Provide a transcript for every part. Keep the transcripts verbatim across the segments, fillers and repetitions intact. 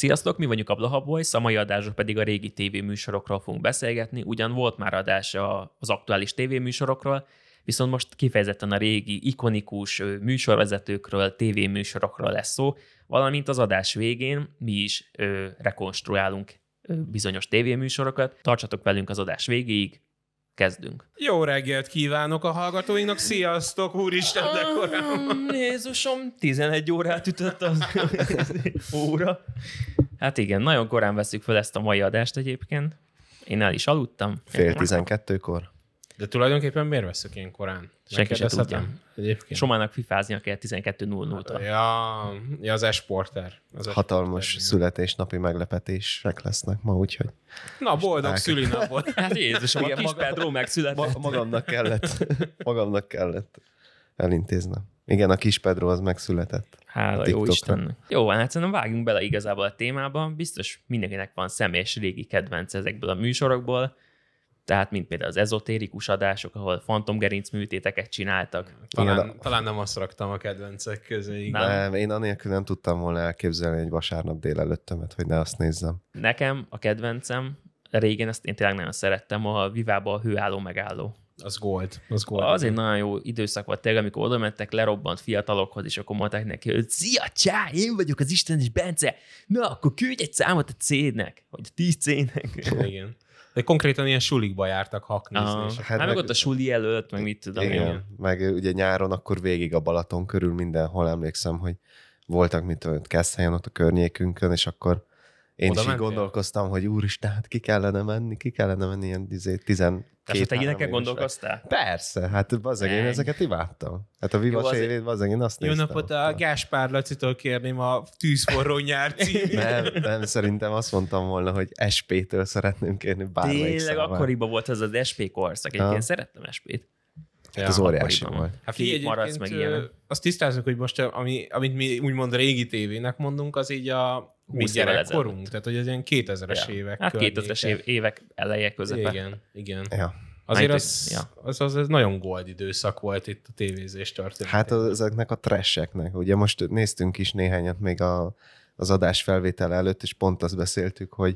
Sziasztok, mi vagyunk a Blaha Boys, a mai adásról pedig a régi tévéműsorokról fogunk beszélgetni. Ugyan volt már adás az aktuális tévéműsorokról, viszont most kifejezetten a régi, ikonikus műsorvezetőkről, tévéműsorokról lesz szó, valamint az adás végén mi is ö, rekonstruálunk ö, bizonyos tévéműsorokat. Tartsatok velünk az adás végéig, kezdünk. Jó reggelt kívánok a hallgatóinknak, sziasztok, úristen, de korán. Jézusom, tizenegy órát ütött az óra. Hát igen, nagyon korán veszük fel ezt a mai adást egyébként. Én el is aludtam. Fél tizenkettőkor. De tulajdonképpen miért veszük ilyen korán? Senki se tudja. Egyébként. Somának fifáznia kell tizenkettő nulla nulla-tól. Ja, ja, az esporter. Az Hatalmas esporter, születésnapi meglepetések lesznek ma, úgyhogy... Na, boldog szülinapot. Hát Jézusom, a kis maga- Pedro megszületett. Ma- magamnak kellett, magamnak kellett elintéznem. Igen, a kis Pedro az megszületett. Hála jó Istennek. Jó, hát szerintem vágjunk bele igazából a témába. Biztos mindenkinek van személyes régi kedvenc ezekből a műsorokból. Tehát, mint például az ezotérikus adások, ahol fantomgerinc műtéteket csináltak. Talán, Igen, talán nem azt raktam a kedvencek közé. Nem. Nem, én anélkül nem tudtam volna elképzelni egy vasárnap délelőttömet, hogy ne azt nézzem. Nekem a kedvencem, régen ezt én tényleg nagyon szerettem, a Vivába a hőálló megálló. Az gold. Az gold. Az egy nagyon jó időszak volt tényleg, amikor oda mentek lerobbant fiatalokhoz, és akkor mondták neki, hogy szia, csá, én vagyok az Istenes Bence, na, akkor küldj egy számot a cédnek, vagy a tíz cédnek. Igen. De konkrétan ilyen sulikba jártak haknézni. Ah, És hát, hát meg, meg- ott a suli előtt, meg mit tudom Igen, én. meg ugye nyáron akkor végig a Balaton körül mindenhol emlékszem, hogy voltak, mint olyan Keszthelyen ott a környékünkön, és akkor én Oda is így mentél? gondolkoztam, hogy úristen, hát ki kellene menni, ki kellene menni ilyen tizenkét Tehát te ilyenekkel gondolkoztál? Persze, hát bazzeg, én Menj. ezeket imádtam. Hát a Viva Jó, azért- sévét, bazzeg, én azt Jó néztem. napot, a Gáspár Lacitól kérném a Tűzforró nyár címét. Nem, nem, szerintem azt mondtam volna, hogy es pé-től szeretném kérni bármelyik Tényleg számát. akkoriban volt ez az es pé korszak. Egyébként Ha. szerettem es pét. Hát az óriási akkoriban. volt. Hát Ki figyelj, maradsz egyébként, meg ilyenek. ö, azt tisztázzuk, hogy most, ami, amit mi úgymond régi tévének mondunk, az így a mi húsz évvel gyerekkorunk. ezelőtt. Tehát, hogy ez ilyen kétezres Ja. évek Hát környéke. kétezres év, évek eleje közepe. Igen, igen. Ja. Azért Majd, az, ja. az, az, az nagyon gold időszak volt itt a tévézés történetében. Hát az, ezeknek a trasheknek. Ugye most néztünk is néhányat még a, az adás felvétel előtt, és pont azt beszéltük, hogy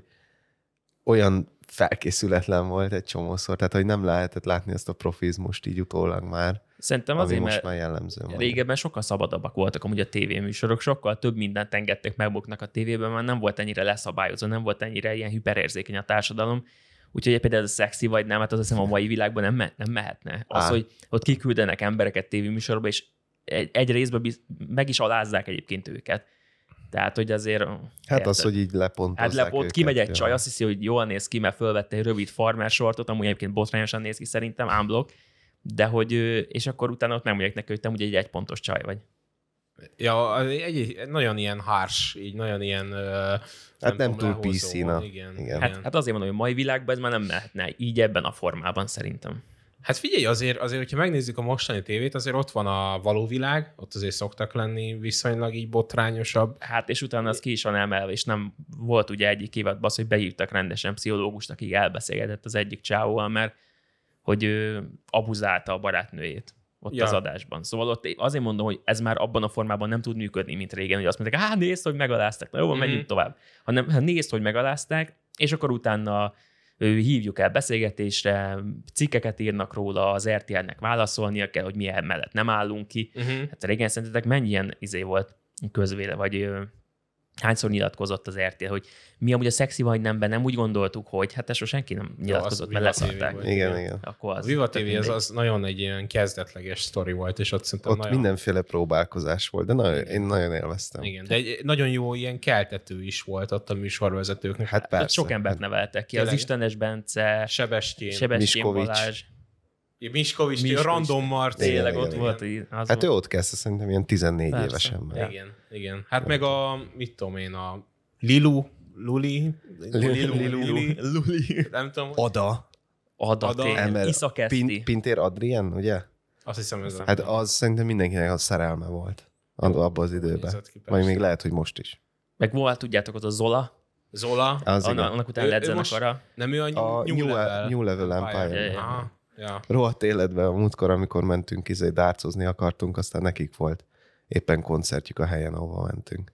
olyan felkészületlen volt egy csomószor, tehát hogy nem lehetett látni ezt a profizmust így utólag már, Szerintem ami azért, most mert már jellemző. van. régebben sokkal szabadabbak voltak amúgy a tévéműsorok, sokkal több mindent engedtek maguknak a tévében, mert nem volt ennyire leszabályozó, nem volt ennyire ilyen hiperérzékeny a társadalom. Úgyhogy például ez a szexi vagy nem, hát az hiszem a mai világban nem, me- nem mehetne. Az, Á. hogy ott kiküldenek embereket tévéműsorba, és egy, egy részben biz- meg is alázzák egyébként őket. Tehát, hogy azért... Hát érted? az, hogy így lepontozzák Hát lepont, őket, kimegy egy ja. csaj, azt hiszi, hogy jól néz ki, mert fölvette egy rövid farmer sortot, amúgy egyébként botrányosan néz ki szerintem, unblock, de hogy, ő- és akkor utána ott megmondják neki, hogy te ugye egy egypontos csaj vagy. Ja, az egy, egy, nagyon ilyen harsh, így nagyon ilyen... Hát nem túl pé cé-na. Igen, Igen. igen. Hát, hát azért mondom, hogy mai világban ez már nem mehetne így ebben a formában szerintem. Hát figyelj, azért, azért, hogyha megnézzük a mostani tévét, azért ott van a való világ, ott azért szoktak lenni viszonylag így botrányosabb. Hát és utána az ki is van emelve, és nem volt ugye egyik évadban az, hogy behívtak rendesen pszichológust, aki elbeszélgetett az egyik csávóval, mert hogy ő abuzálta a barátnőjét ott Ja. az adásban. Szóval ott azért mondom, hogy ez már abban a formában nem tud működni, mint régen, hogy azt mondták, hát nézd, hogy megalázták, na jó, Mhm. menjünk tovább. Hanem hát nézd, hogy megalázták, és akkor utána ő, hívjuk el beszélgetésre, cikkeket írnak róla, az er té el-nek válaszolnia kell, hogy milyen mellett nem állunk ki. Uh-huh. Hát régen szerintetek mennyi ilyen izé volt közvéle, vagy ö, hányszor nyilatkozott az er té el, hogy mi amúgy a szexi vagy nemben nem úgy gondoltuk, hogy hát ezt senki nem nyilatkozott, mert Viva té vé leszarták. volt. Igen, igen. Akkor A az Viva tök té vé az, mindegy. az nagyon egy ilyen kezdetleges sztori volt, és ott szerintem Ott nagyon... mindenféle próbálkozás volt, de nagyon, én nagyon élveztem. Igen, de egy nagyon jó ilyen keltető is volt ott a műsorvezetőknek. Hát Ott persze. sok embert neveltek ki. Az Tényleg? Istenes Bence, Sebestyén, Sebestyén Miskovics. Balázs. Miskovics, Miskovics. Random Marci. Tényleg Igen, ott igen, volt. így, Az Hát ő volt. ott kezdte szerintem ilyen tizennégy Persze. évesen már. Ja. Igen, igen. Hát meg a, mit tudom én, a Lilu, Luli, Lilu, Lilu. Luli. nem tudom, Oda. Ada, Ada. tényleg. Ember- Isza Keszti. Pin, Pintér Adrien, ugye? azt hiszem ez a... Hát az szerintem mindenkinek a szerelme volt abban az időben. nézett ki, Vagy persze. még lehet, hogy most is. Meg volt, tudjátok, ott a Zola, Zola, Az annak, igen. annak után Ő- lett ő most- zenekara. nem ő a, A New, New- Level, New Level Empire. Ja, ja. Aha, ja. Rohadt életben a múltkor, amikor mentünk izé dárcozni akartunk, aztán nekik volt éppen koncertjük a helyen, ahova mentünk.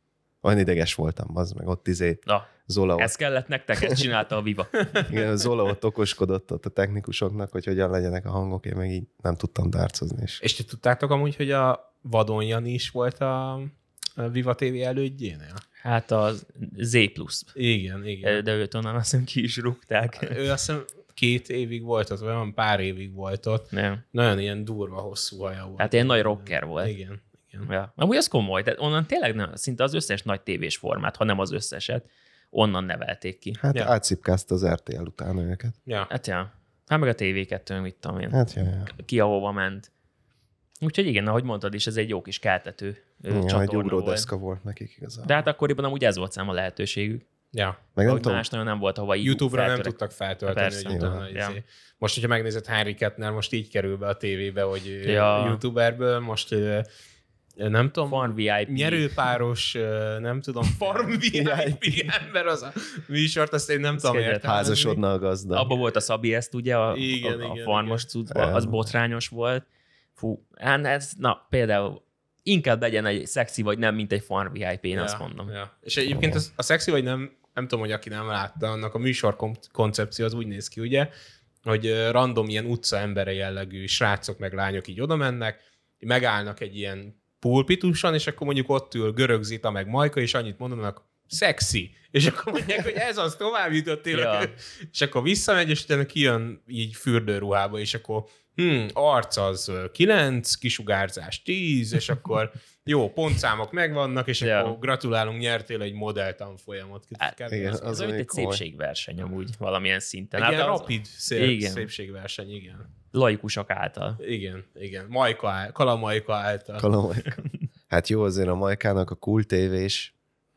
Olyan ideges voltam, az meg ott izé Na, Zola ez kellett nektek, ezt csinálta a Viva. Igen, Zola ott okoskodott ott a technikusoknak, hogy hogyan legyenek a hangok, én meg így nem tudtam dárcozni. És, És ti tudtátok amúgy, hogy a Vadon Jani is volt a Viva té vé elődjénél? Hát az Z plusz. Igen, igen. De őt onnan azt hiszem ki is rúgták. Ő azt hiszem két évig volt ott, vagy olyan pár évig volt ott. Nem. Nagyon ilyen durva, hosszú haja volt. Hát ilyen nagy rocker volt. Igen, igen. Ja. Amúgy az komoly, de onnan tényleg nem, szinte az összes nagy tévés formát, ha nem az összeset, onnan nevelték ki. hát Ja. átszipkázta az er té el utána őket. Ja. Hát ja. Hát meg a té vé kettő, mit tudom én. Hát ja, ja. Ki ahova ment. Úgyhogy igen, ahogy mondtad is, ez egy jó kis keltető ö, Igen, egy csatorna volt. ugródeszka volt nekik igazából. De hát akkoriban amúgy ez volt szám a lehetőségük. Ja. meg nem Hogy tudom, más nagyon nem volt, hova így YouTube-ra nem feltörek. tudtak feltölteni, Persze. hogy utána Ja. izé. Most, hogyha megnézed Henry Kettner, most így kerül be a tévébe, hogy Ja. ja. YouTuberből, most ö, nem tudom, Farm vé i pé. nyerőpáros, ö, nem tudom, Farm vé i pé ember az a műsort, azt én nem tudom kegyet. értelmezni. házasodna a gazda. Abba volt a Szabi ezt, ugye, a, Igen, a, a igen, farmos igen. cuccban, az botrányos volt. Fú, hát ez, na például inkább legyen egy szexi vagy nem, mint egy Farm vé i pé, én Ja, azt mondom. Ja. És egyébként az, a szexi vagy nem, nem tudom, hogy aki nem látta, annak a műsor kom- koncepció az úgy néz ki, ugye, hogy ö, random ilyen utca embere jellegű srácok meg lányok így oda mennek, megállnak egy ilyen pulpituson, és akkor mondjuk ott ül Görög Zita meg Majka, és annyit mondanak, szexi. És akkor mondják, hogy ez az, tovább jutottél. Ja. És akkor visszamegy, és utána kijön így fürdőruhába, és akkor hm, arc az kilenc, kisugárzás tíz, és akkor jó, pontszámok megvannak, és Ja. akkor gratulálunk, nyertél egy modelltanfolyamot. Hát, Kb. igen, az- az Ez olyan, mint egy komoly. szépségverseny amúgy valamilyen szinten. Egy ilyen az rapid szép, igen. szépségverseny, igen. laikusok által. Igen, igen. Majka, áll- Kalamajka által. Kalamajka. Hát jó, azért a Majkának a cool tévés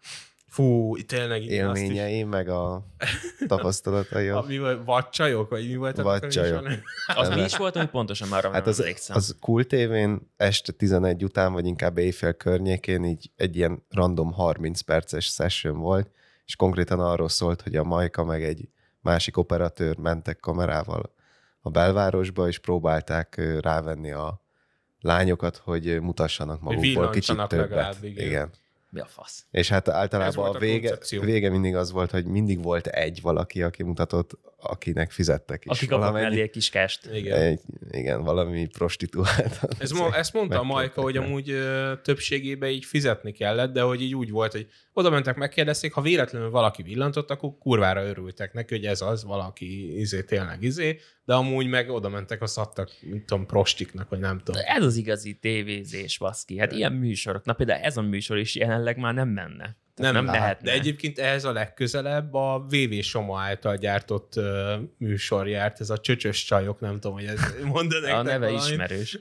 Fú, tényleg igen, azt is. élményei, meg a tapasztalatai. A, mi volt, vadcsajok, vagy mi volt? annak a Vadcsajok. műsornak? Az mi is volt, hogy pontosan már Hát nem az, emlékszem. az cool tévén este tizenegy után, vagy inkább éjfél környékén így egy ilyen random harminc perces session volt, és konkrétan arról szólt, hogy a Majka meg egy másik operatőr mentek kamerával a belvárosba, és próbálták ö, rávenni a lányokat, hogy mutassanak magukból kicsit villancsanak többet. legalább, igen. igen. Mi a fasz? És hát Ez általában volt a a vége, koncepció. vége mindig az volt, hogy mindig volt egy valaki, aki mutatott, akinek fizettek is. Aki kapott valamennyi- mellé egy kis kest. Igen. Egy, igen, valami prostituált. Ez mo- ezt mondta a Majka, megkértek hogy meg. amúgy ö, többségében így fizetni kellett, de hogy így úgy volt, hogy oda mentek, megkérdezték, ha véletlenül valaki villantott, akkor kurvára örültek neki, hogy ez az, valaki izé, tényleg izé, de amúgy meg oda mentek, azt adtak, mint tudom, prostiknak, vagy nem tudom. Ez az igazi tévézés, baszki. Hát ilyen műsorok. Na például ez a műsor is jelenleg már nem menne. Tehát nem, nem lát. mehetne. De egyébként ehhez a legközelebb a vé vé Soma által gyártott uh, műsor járt, ez a Csöcsös csajok, nem tudom, hogy ez mondanak. A neve ismerős.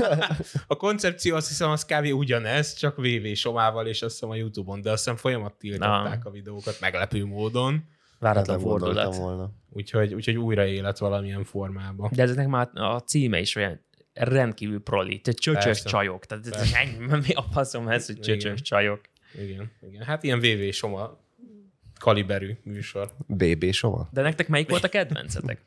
A koncepció azt hiszem, az kb. Ugyanez, csak vé vé Somával, és azt hiszem a YouTube-on, de azt hiszem folyamat tiltották a videókat meglepő módon. Váratlan Nem gondoltam fordulat. volna. Úgyhogy, úgyhogy újra élet valamilyen formában. De ezeknek már a címe is olyan rendkívül proli. Tehát csöcsös Persze. csajok. Tehát ez Persze. ennyi, mi a faszom ez, hogy Igen. csöcsös csajok. Igen, igen. Hát ilyen vé vé Soma kaliberű műsor. bé bé Soma? De nektek melyik volt a kedvencetek?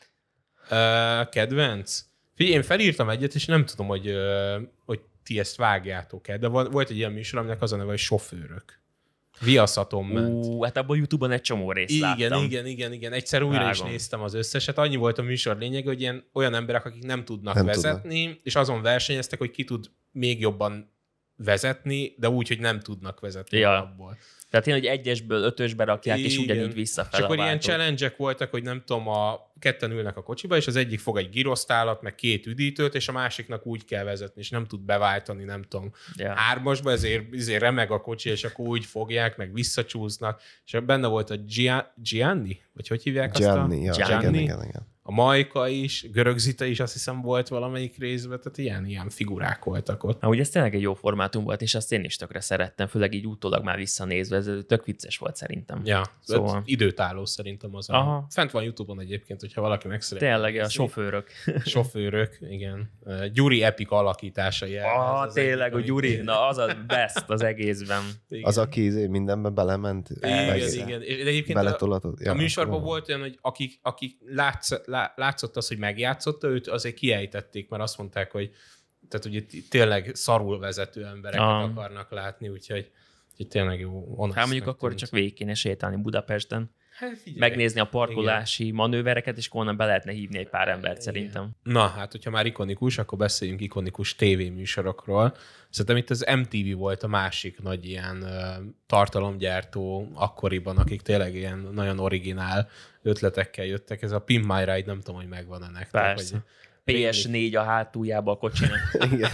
Uh, kedvenc? Figyelj, én felírtam egyet, és nem tudom, hogy, uh, hogy ti ezt vágjátok-e, de van- volt egy ilyen műsor, aminek az a neve, hogy Sofőrök. Viaszaton ment. Ú, hát abban a YouTube-on egy csomó részt Igen, láttam. igen, igen, igen. Egyszer újra is Vágom. néztem az összeset. Annyi volt a műsor lényeg, hogy ilyen olyan emberek, akik nem tudnak Nem vezetni, és azon versenyeztek, hogy ki tud még jobban vezetni, de úgy, hogy nem tudnak vezetni Ja. abból. Tehát én, hogy egyesből ötösbe rakják, és Igen. ugyanígy És visszafele akkor ilyen váltók. challenge-ek voltak, hogy nem tudom, a ketten ülnek a kocsiba, és az egyik fog egy girosztálat, meg két üdítőt, és a másiknak úgy kell vezetni, és nem tud beváltani, nem tudom, Ja. hármasba, ezért, ezért remeg a kocsi, és akkor úgy fogják, meg visszacsúsznak. És benne volt a Gia- Gianni, vagy hogy hívják Gianni, ja, azt a... igen, Gianni. igen, igen. A Majka is, Görög Zita is azt hiszem volt valamelyik részben, tehát ilyen, ilyen figurák voltak ott. Ahogy ez tényleg egy jó formátum volt, és azt én is tökre szerettem, főleg így utólag már visszanézve, ez tök vicces volt szerintem. Ja, Szóval- szóval... időtálló szerintem az. Aha. A... Fent van YouTube-on egyébként, hogyha valaki meg szeretné Tényleg, a nézni. sofőrök. Sofőrök, igen. Uh, Gyuri Epic alakításai. ez Ah, az tényleg, egyik, a ami- Gyuri, na az a best az egészben. Igen. Az, aki izé mindenben belement, Igen, meg igen. És egyébként a, beletolatott. a műsorban volt olyan, hogy akik, akik látsz, lá, látszott az, hogy megjátszotta őt, azért kiejtették, mert azt mondták, hogy tehát ugye t- tényleg szarul vezető embereket Ah. akarnak látni, úgyhogy Úgyhogy tényleg jó. Hát mondjuk akkor tűnt. Csak végig kéne sétálni Budapesten. Hát figyelj, megnézni a parkolási igen. manővereket, és onnan be lehetne hívni egy pár embert igen. szerintem. Na, hát hogyha már ikonikus, akkor beszéljünk ikonikus tévéműsorokról. Szerintem itt az em té vé volt a másik nagy ilyen uh, tartalomgyártó akkoriban, akik tényleg ilyen nagyon originál ötletekkel jöttek. Ez a Pimp My Ride, nem tudom, hogy megvan-e nektek. Persze. Vagy... pé es négy a hátuljába a kocsinak. Igen.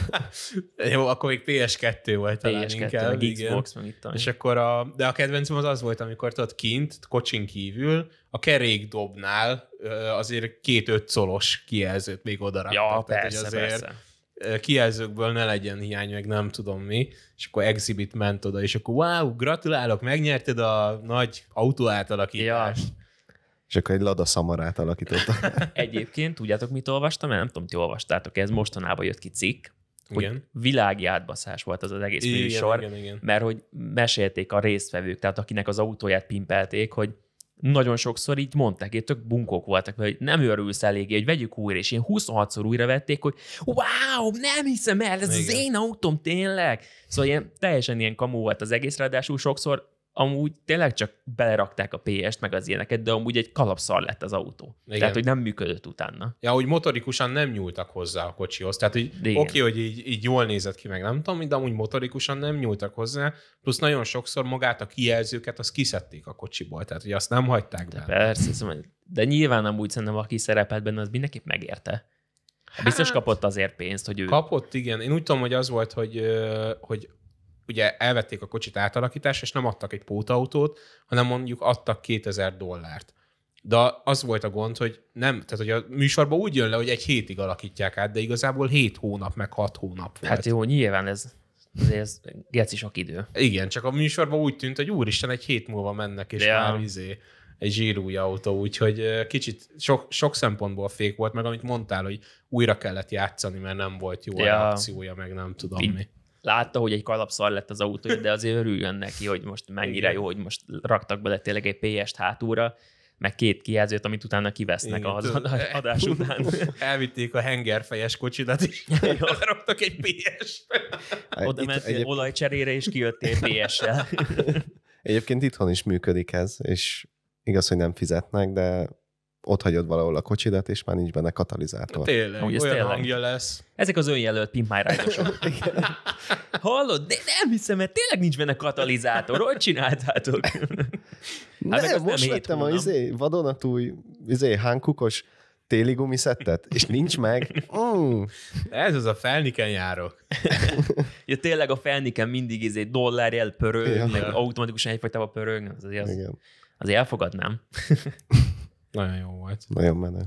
Jó, akkor még pé es kettő volt talán pé es kettő, inkább. meg Xbox, meg itt És akkor a, de a kedvencem az az volt, amikor tudod kint, kocsin kívül, a kerékdobnál azért két öt szolos kijelzőt még oda raktak. Ja, tehát, persze, hogy azért persze. kijelzőkből ne legyen hiány, meg nem tudom mi. És akkor Exhibit ment oda, és akkor wow, gratulálok, megnyerted a nagy autóátalakítást. Ja. És akkor egy Lada Samarát alakította. Egyébként, tudjátok, mit olvastam? Én nem tudom, ti olvastátok, ez mostanában jött ki cikk, hogy igen. világi átbaszás volt az az egész igen, műsor, igen, igen. mert hogy mesélték a résztvevők, tehát akinek az autóját pimpelték, hogy nagyon sokszor így mondták, hogy tök bunkók voltak, hogy nem örülsz eléggé, hogy vegyük újra, és ilyen huszonhatszor újra vették, hogy wow, nem hiszem el, ez igen. az én autóm tényleg. Szóval ilyen, teljesen ilyen kamu volt az egész, ráadásul sokszor amúgy tényleg csak belerakták a pé est, meg az ilyeneket, de amúgy egy kalapszar lett az autó. Igen. Tehát, hogy nem működött utána. Ja, hogy motorikusan nem nyúltak hozzá a kocsihoz. Tehát, hogy oké, okay, hogy így, így jól nézett ki, meg nem tudom, de amúgy motorikusan nem nyúltak hozzá, plusz nagyon sokszor magát a kijelzőket, azt kiszedték a kocsiból, tehát, hogy azt nem hagyták de benne. Persze, szóval, de nyilván amúgy szerintem, aki szerepelt benne, az mindenképp megérte. Biztos hát, kapott azért pénzt, hogy ő... Kapott, igen. Én úgy tudom, hogy az volt, hogy, hogy ugye elvették a kocsit átalakításra, és nem adtak egy pótautót, hanem mondjuk adtak kétezer dollárt. De az volt a gond, hogy nem, tehát hogy a műsorban úgy jön le, hogy egy hétig alakítják át, de igazából hét hónap, meg hat hónap volt. Hát jó, nyilván ez, ez geci sok idő. Igen, csak a műsorban úgy tűnt, hogy úristen, egy hét múlva mennek, és ja. már izé, egy zsírúj autó, úgyhogy kicsit sok, sok szempontból fék volt, meg amit mondtál, hogy újra kellett játszani, mert nem volt jó ja. a reakciója, meg nem tudom Itt. mi. Látta, hogy egy kalapszar lett az autó, de azért örüljön neki, hogy most mennyire igen. jó, hogy most raktak bele tényleg egy pé est hátulra, meg két kijelzőt, amit utána kivesznek igen, az adás után. Elvitték a hengerfejes kocsidat, és raktak egy pé est. Oda mentél egyéb... olajcserére, és kijöttél pé essel. Egyébként itthon is működik ez, és igaz, hogy nem fizetnek, de ott hagyod valahol a kocsidat, és már nincs benne katalizátor. Tényleg, olyan tényleg. hangja lesz. Ezek az önjelölt Pimp My Ride-osok. Hallod? De nem hiszem, mert tényleg nincs benne katalizátor. Hogy csináltátok? Hát nem, most nem vettem a izé, vadonatúj izé, hánkukos téli gumiszettet, és nincs meg. Mm. Ez az a Felniken járok. Ja, tényleg a Felniken mindig izé dollárjel pörög, ja. meg automatikusan egyfajtában pörög. Az azért, az, azért elfogadnám. Nagyon jó volt. Nagyon menő.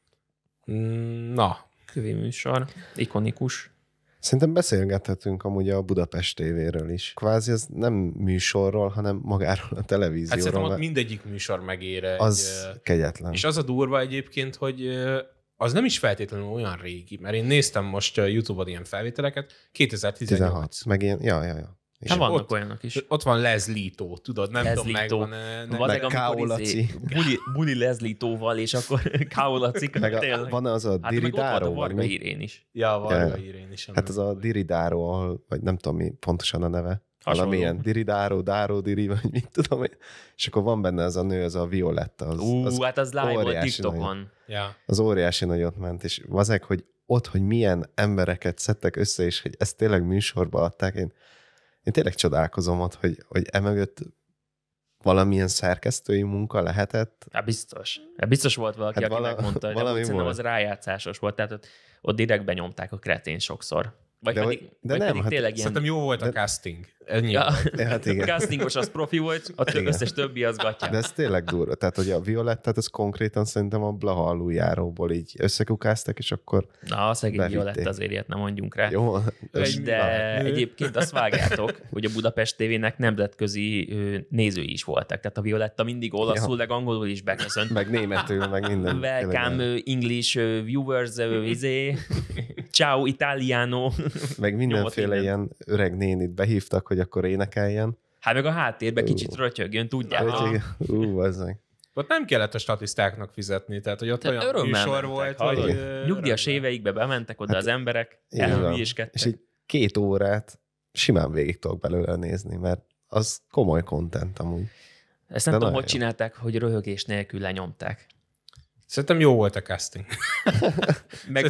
Na. Kövésműsor. Ikonikus. Szerintem beszélgethetünk amúgy a Budapest tévéről is. Kvázi ez nem műsorról, hanem magáról a televízióról. Hát szerintem ott mindegyik műsor megér egy... Az kegyetlen. És az a durva egyébként, hogy az nem is feltétlenül olyan régi, mert én néztem most YouTube-on ilyen felvételeket, kétezer-tizennyolc. tizenhat. Meg ilyen, ja, ja, ja. Hát vannak ott, olyanok is. Ott van Leslito, tudod, nem Les tudom, Lito. megvan-e. Van meg amikor izé, buli, buli Leslitóval, és akkor Káolacik. Meg a, van az a hát Diridáró? Hát Varga Irén is. Ja, Varga Irén is. Hát az a Diridáró, ahol, vagy nem tudom mi pontosan a neve. Valamilyen Diridáró, Dáró, Diri, vagy mit tudom én. És akkor van benne az a nő, az a Violetta. Az, Ú, az hát az live volt TikTokon. Ja. Az óriási nagyot ment, és vazeg, hogy ott, hogy milyen embereket szedtek össze, és hogy ezt tényleg műsorba adták. Én Én tényleg csodálkozom ott, hogy, hogy emögött valamilyen szerkesztői munka lehetett. Hát biztos. Hát biztos volt valaki, hát aki vala, megmondta, hogy amúgy szerintem az rájátszásos volt, tehát ott, ott direkt benyomták a kretén sokszor. Vagy de pedig, de vagy nem, pedig hát tényleg ilyen... Szerintem jó volt de... a casting. Ennyi ja. Hát igen. A castingos az profi volt, a több összes többi az gatyám. De ez tényleg durva. Tehát, hogy a Violettát, ez konkrétan szerintem a Blaha aluljáróból így összekukáztak, és akkor na, a szegény Violetta azért ilyet nem mondjunk rá. Jó. De, de egyébként azt vágjátok, hogy a Budapest tévének nemzetközi nézői is voltak. Tehát a Violetta mindig olaszul, ja. meg angolul is beköszönt. Meg németül, meg minden. Welcome English viewers, izé. Ciao Italiano. Meg mindenféle ilyen öreg nénit behívtak, hogy akkor énekeljen. Hát meg a háttérben kicsit rötyögjön, tudjátok. Ú, azzal. Ott nem kellett a statisztáknak fizetni, tehát hogy ott tehát olyan műsor volt, hogy... Nyugdíjas éveikbe bementek oda hát, az emberek, elhülyéskedtek. És így két órát simán végig tudok belőle nézni, mert az komoly content amúgy. Ezt nem De tudom, hogy nagyon csinálták, hogy röhögés nélkül lenyomták. Szerintem jó volt a casting. Meg,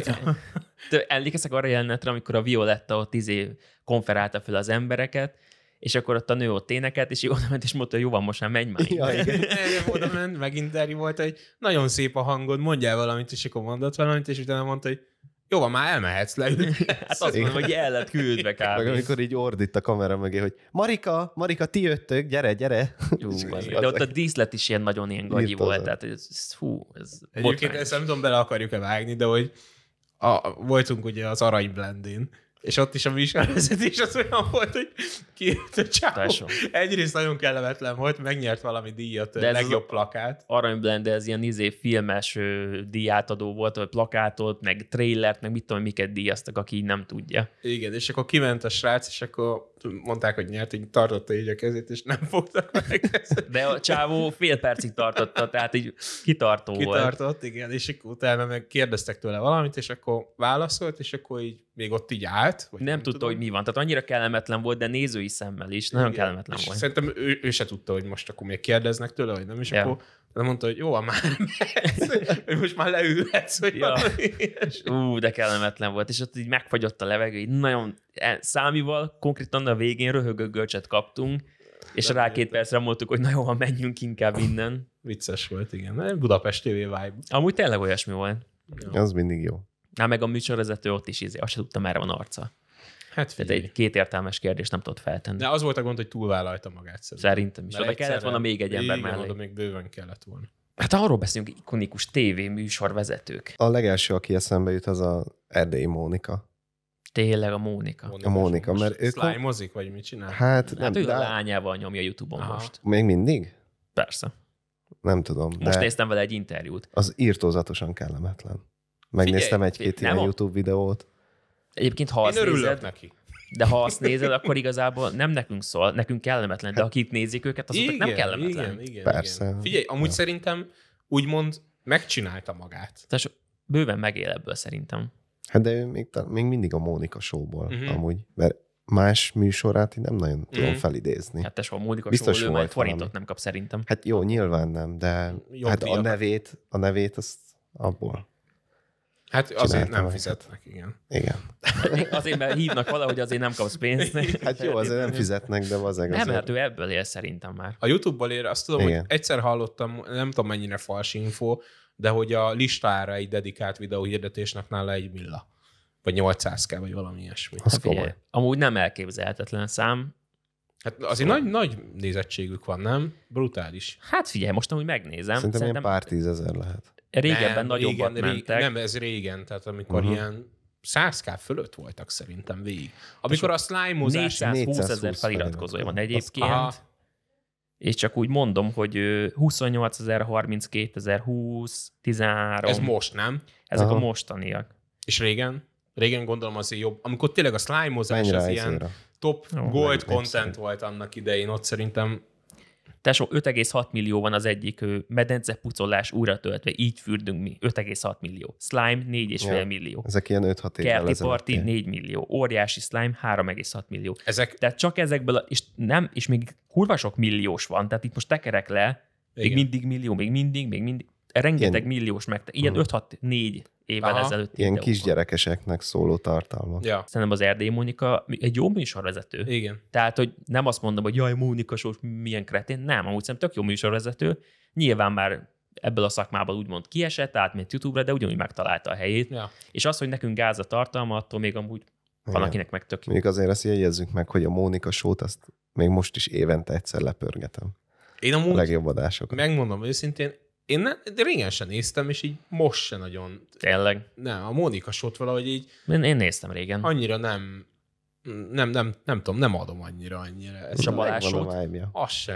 te emlékeztek arra jelenetre, amikor a Violetta ott izé konferálta fel az embereket, és akkor ott a nő ott énekelt, és így oda ment, és mondta, hogy jó van, most már menj már. Ja, igen. Nem, oda ment, megint interjú volt, hogy nagyon szép a hangod, mondjál valamit, és akkor mondott valamit, és utána mondta, hogy jó van, már elmehetsz leülni. Hát azt mondom, hogy el lett küldve Meg kb. amikor így ordít a kamera mögé, hogy Marika, Marika, ti jöttök, gyere, gyere. Jú, És az- így de ott a az- díszlet is ilyen nagyon ilyen gagyi Írtozó. volt, tehát ez, ez, fú, ez Egyébként botrányos. ezt nem tudom, bele akarjuk-e vágni, de hogy a, voltunk ugye az Arany Blendén, és ott is a műsorvezetés az olyan volt, hogy kijött a csávó. Tesó. Egyrészt nagyon kellemetlen volt, megnyert valami díjat, De ez legjobb az- plakát. Aranyblend, ez ilyen izé filmes ö, díjátadó volt, vagy plakátot, meg trailert, meg mit tudom, miket díjaztak, aki így nem tudja. Igen, és akkor kiment a srác, és akkor mondták, hogy nyert, hogy tartotta így a kezét, és nem fogtak meg. De a csávó fél percig tartotta, tehát így kitartó volt. Kitartott, igen, és akkor utána meg kérdeztek tőle valamit, és akkor válaszolt, és akkor így még ott így állt. Vagy Nem, nem tudta, tudom. hogy mi van. Tehát annyira kellemetlen volt, de nézői szemmel is. Nagyon Igen. kellemetlen és volt. Szerintem ő, ő se tudta, hogy most akkor még kérdeznek tőle, vagy nem, és Ja. akkor de mondta, hogy jó, van, már mehetsz, hogy most már leülhetsz, vagy Ja. valami ilyesmi. Ú, de kellemetlen volt. És ott így megfagyott a levegő, így nagyon e- számival konkrétan a végén röhögő görcset kaptunk, és Nem rá két értem. percre mondtuk, hogy na jó, ha menjünk inkább innen. Vicces volt, igen. Budapest té vé vibe. Amúgy tényleg olyasmi volt. Az mindig jó. Na, meg a műsorvezető ott is izé, azt se tudta, merre van arca. Hát Tehát figyelj. egy kétértelmes kérdést nem tudott feltenni. De az volt a gond, hogy túlvállalta magát szerintem. Szerintem is. Mert Oda kellett egyszerre- volna még egy ember igen, mellé. oda még bőven kellett volna. Hát arról beszélünk, ikonikus tévéműsorvezetők. A legelső, aki eszembe jut, az a Erdélyi Mónika. Tényleg a Mónika. A Mónika, most mert ő kom- slime-ozik, vagy mit csinál? Hát Nem, nem, hát ő de a lányával nyomja YouTube-on Aha. most. még mindig? Persze. Nem tudom, Most de néztem vele egy interjút. az írtózatosan kellemetlen. Megnéztem Figyelj, egy-két nem ilyen a- YouTube videót. Egyébként, ha Én azt örülök nézed, neki. de ha azt nézed, akkor igazából nem nekünk szól, nekünk kellemetlen, de akik nézik őket, azoknak nem kellemetlen. Igen, igen, Persze. igen. Figyelj, amúgy Ja. szerintem úgymond megcsinálta magát. Tehát so- bőven megél ebből szerintem. Hát de ő még, ta- még mindig a Mónika showból Mhm. uh-huh. amúgy, mert más műsorát én nem nagyon tudom Mhm. felidézni. Hát, Hát tesó, a Mónika Biztos Show, ő volt majd forintot valami. nem kap szerintem. hát jó, nyilván nem, de Jobb hát a díjak. nevét, a nevét azt abból. Hát azért Csinálta nem meg. fizetnek, igen. Igen. Azért, mert hívnak valahogy, azért nem kapsz pénzt. Hát jó, azért nem fizetnek, de az Nem, azért. hát ő ebből él szerintem már. A YouTube-ból ér, azt tudom, Igen. hogy egyszer hallottam, nem tudom mennyire fals info, de hogy a listára egy dedikált videóhirdetésnek nála egy milla. Vagy nyolcszáz kell, vagy valami ilyesmi. Az Hát figyelj, komoly. amúgy nem elképzelhetetlen szám. Hát azért nagy, nagy nézettségük van, nem? Brutális. Hát figyelj, most amúgy megnézem. Szerintem, Szerintem ilyen pár tízezer lehet. régebben nem, nagyobbat régen, mentek. Rég, nem, ez régen, tehát amikor uh-huh. Uh-huh. ilyen száz ká fölött voltak szerintem végig. Amikor a slime-ozás... négyszázhúsz ezer négyszázhúsz feliratkozója van feliratkozó. egyébként. Aha. És csak úgy mondom, hogy ö, huszonnyolcezer, harminckétezer, húsz, tizenhárom. Ez most, nem? Ezek Aha. a mostaniak. És régen? Régen gondolom azért jobb. Amikor tényleg a slime-ozás Menj az rá ilyen ezére. top Jó, gold meg- content népszerű. volt annak idején, ott szerintem Tesó, öt egész hat millió van az egyik ö, medence pucolás újra töltve, így fürdünk mi, öt egész hat millió. Slime négy egész öt Ja. millió. Ezek ilyen öt-hat évvel Kerti ezelőtt. Party négy millió. Óriási Slime három egész hat millió. ezek... Tehát csak ezekből, a, és nem, és még kurva sok milliós van, tehát itt most tekerek le, még Igen. mindig millió, még mindig, még mindig, rengeteg Ilyen- milliós meg, ilyen Mhm. öt hat négy évvel Aha. ezelőtt. Ilyen videók van. kisgyerekeseknek szóló tartalmak. Ja, Szerintem az Erdélyi Mónika egy jó műsorvezető. igen. Tehát, hogy nem azt mondom, hogy jaj, Mónika Sós, milyen kretén. Nem, amúgy szerintem tök jó műsorvezető. Nyilván már ebből a szakmából úgymond kiesett, átment YouTube-ra, de ugyanúgy megtalálta a helyét. Ja. És az, hogy nekünk gáz a tartalma, attól még amúgy van, Igen. akinek meg tök jó. Mondjuk azért azt jegyezzük meg, hogy a Mónika show-t azt még most is évente egyszer lepörgetem. Én A amúgy, legjobb adásokat. megmondom őszintén, én ne, de régen sem néztem, és így most se nagyon... Tényleg. Nem, a Mónika Sót valahogy így Én, én néztem régen. annyira nem... Nem, nem, nem tudom, nem adom annyira annyira. Ez És a Megvan Balázs show-t? a vibe-ja. Az se.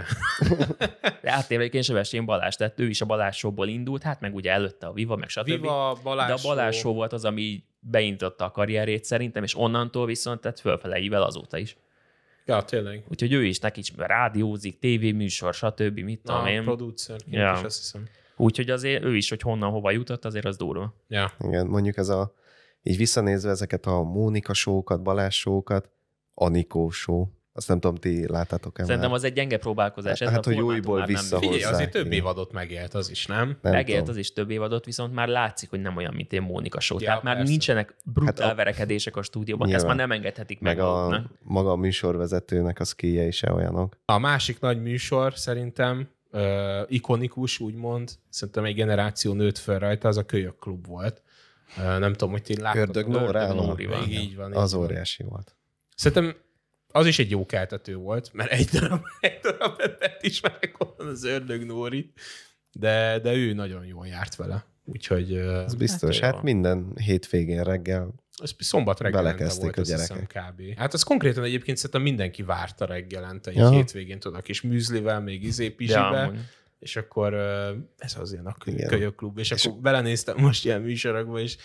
De áttérve egyébként Sebestyén Balázs, tehát ő is a Balázs show-ból indult, hát meg ugye előtte a Viva, meg stb. Viva, Balázs De a Balázs show. show volt az, ami így beindította a karrierét szerintem, és onnantól viszont tehát fölfele ível azóta is. Ja, tényleg. Úgyhogy ő is neki is rádiózik, tévéműsor, stb. Mit tudom Na, én. producer, Ja. ja. is azt hiszem. Úgyhogy azért ő is, hogy honnan, hova jutott, azért az durva. Ja. Igen, mondjuk ez a, így visszanézve ezeket a Mónika show-kat, Balázs show-kat, Anikó show, Azt nem tudom, ti láttátok-e Szerintem már? az egy gyenge próbálkozás. Ez Hát, a hogy formátum újból már nem- visszahozzák. Figyelj, azért több igen. évadot megélt az is, nem? Nem Megélt tudom. az is több évadot, viszont már látszik, hogy nem olyan, mint én Mónika Show. Ja, Tehát már persze. nincsenek brutál Hát a- verekedések a stúdióban. Ezt Nyilván. már nem engedhetik meg, Meg a, maguknak. maga a műsorvezetőnek a szkíjei se olyanok. A másik nagy műsor szerintem uh, ikonikus, úgymond, szerintem egy generáció nőtt föl rajta, az a Kölyök Klub volt. Uh, nem tudom, hogy ti láttok. Ördög Nórával? Nórival. Így, így van. Így Az van. óriási volt. Szerintem az is egy jó keltető volt, mert egy darab, egy darab embert ismerek onnan az Ördög Nórit, de, de ő nagyon jól járt vele. Úgyhogy uh, Ez biztos. Hát Hát, jó. minden hétvégén reggel ez szombat reggelente Belekezdték volt, a azt hiszem, gyerekek. kb. Hát az konkrétan egyébként szerintem mindenki várta reggelente, egy Aha. hétvégén tudnak, kis műzlivel, még izé pizsibe, Ja, amúgy. és akkor ö, ez az ilyen a Igen. Kölyök Klub, és, És- akkor belenéztem most ilyen műsorokba, és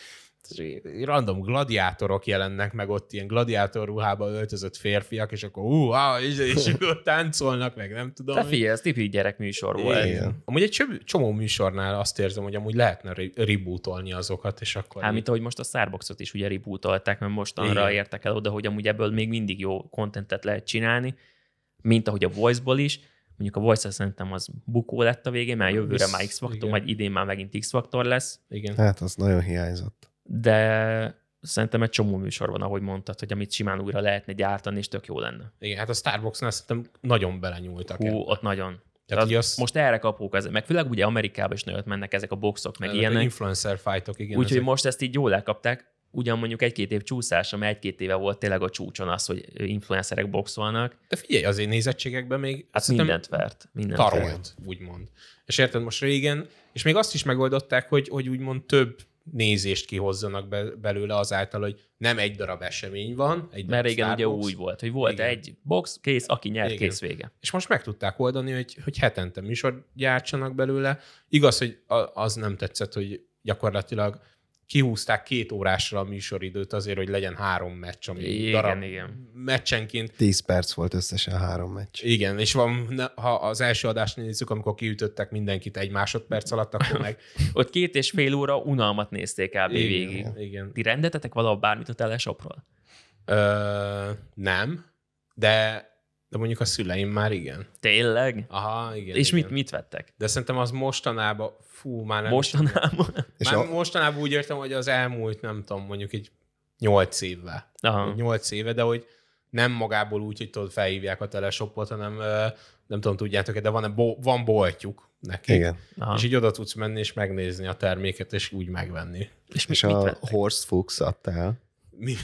random gladiátorok jelennek meg ott, ilyen gladiátor ruhába öltözött férfiak, és akkor ú, á, és, és akkor táncolnak, meg nem tudom. De figyelj, ez tipik gyerekműsor volt. Igen. Amúgy egy csomó- csomó műsornál azt érzem, hogy amúgy lehetne re- rebootolni azokat, és akkor... Hát, így- mint ahogy most a Starbucksot is ugye rebootolták, mert mostanra Igen. értek el oda, hogy amúgy ebből még mindig jó kontentet lehet csinálni, mint ahogy a Voice-ból is. Mondjuk a Voice szerintem az bukó lett a végén, mert jövőre Visz- már X-faktor, igen. vagy idén már megint X-faktor lesz, Igen. Hát az nagyon hiányzott. de szerintem egy csomó műsor van, ahogy mondtad, hogy amit simán újra lehetne gyártani, és tök jó lenne. Igen, hát a Starbucksnál szerintem nagyon belenyúltak. Hú, ebbe. ott nagyon. Tehát, Az, hogy az- Most erre kapók, az, meg főleg ugye Amerikában is nagyot mennek ezek a boxok, meg Ezek a ilyenek. influencer fightok, igen. Úgyhogy ezek- most ezt így jól elkapták. Ugyan mondjuk egy-két év csúszása, mert egy-két éve volt tényleg a csúcson az, hogy influencerek boxolnak. De figyelj, azért nézettségekben még Hát szerintem mindent vert. Mindent vert. tarolt, úgymond. És érted, most régen, és még azt is megoldották, hogy, hogy úgymond több nézést kihozzanak be, belőle azáltal, hogy nem egy darab esemény van. Egy Mert darab régen ugye Starbucks, úgy volt, hogy volt Igen. egy box, kész, aki nyert, Igen. kész vége. És most meg tudták oldani, hogy, hogy hetente műsor gyártsanak belőle. Igaz, hogy a- az nem tetszett, hogy gyakorlatilag kihúzták két órásra a műsoridőt azért, hogy legyen három meccs, ami Igen, darab igen. meccsenként. Tíz perc volt összesen három meccs. Igen, és van, ne- ha az első adást nézzük, amikor kiütöttek mindenkit egy másodperc alatt, akkor meg... Ott két és fél óra unalmat nézték kb. végig. Igen, igen. Ti rendeltetek valahol bármit a teleshopról? Ö, nem, de, de mondjuk a szüleim már igen. Tényleg? Aha, igen. És igen. mit, mit vettek? De szerintem az mostanában, fú, már nem is- Mostanában? És Már a, mostanában úgy értem, hogy az elmúlt, nem tudom, mondjuk egy nyolc évvel. Aha. Nyolc éve, de hogy nem magából úgy, hogy tudod, felhívják a teleshopot, hanem ö, nem tudom, tudjátok, de van, bo- van boltjuk nekik. igen. Aha. És így oda tudsz menni, és megnézni a terméket, és úgy megvenni. És, mi, És mit a vettek? Horst Fuchs adtál. Mi?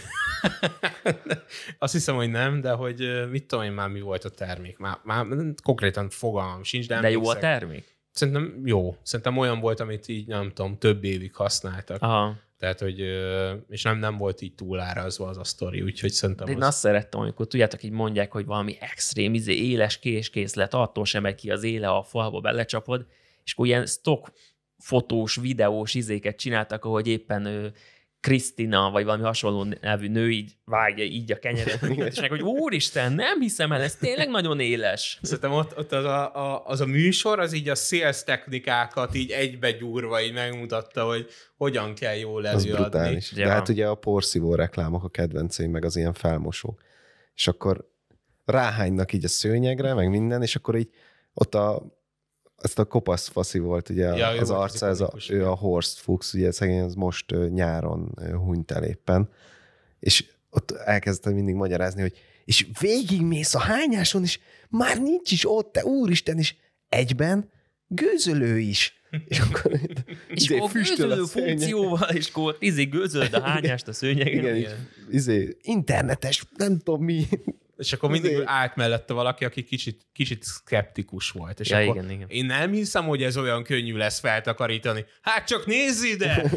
Azt hiszem, hogy nem, de hogy ö, mit tudom én már, mi volt a termék. Már, már konkrétan fogalmam sincs, de, De jó a emlékszek. termék? Szerintem jó. Szerintem olyan volt, amit így, nem tudom, több évig használtak. Aha. Tehát, hogy, ö, és nem, nem volt így túlárazva az a sztori, úgyhogy szerintem De én az... azt szerettem, amikor tudjátok, így mondják, hogy valami extrém, izé, éles késkészlet, attól sem megy ki az éle, a falba belecsapod, és akkor ilyen stock fotós, videós izéket csináltak, ahogy éppen ő, Krisztina, vagy valami hasonló nevű nő így vágja így a kenyeret, és meg, hogy úristen, nem hiszem el, ez tényleg nagyon éles. Szerintem ott, ott az, a, a, az a műsor, az így a sales technikákat így egybegyúrva így megmutatta, hogy hogyan kell jól Az előadni. brutális. Ja. De hát ugye a porszívó reklámok a kedvenceim, meg az ilyen felmosók. És akkor ráhánynak így a szőnyegre, meg minden, és akkor így ott a ezt a kopasz faszi volt, ugye Ja, ő az volt arca, az ez a, ikonikus, ő igen. a Horst Fuchs, ugye szegény az most ö, nyáron ö, hunyt el éppen, és ott elkezdtem mindig magyarázni, hogy és végigmész a hányáson, és már nincs is ott, te úristen, és egyben gőzölő is. És akkor És izé akkor füstöl a gőzölő szőnyeg. funkcióval, és akkor izé gőzöld a hányást a szőnyegen. Igen, így, izé, internetes, nem tudom mi. És akkor mindig Azért- állt mellette valaki, aki kicsit, kicsit szkeptikus volt. És Ja, akkor igen, igen. én nem hiszem, hogy ez olyan könnyű lesz feltakarítani. Hát csak nézz ide!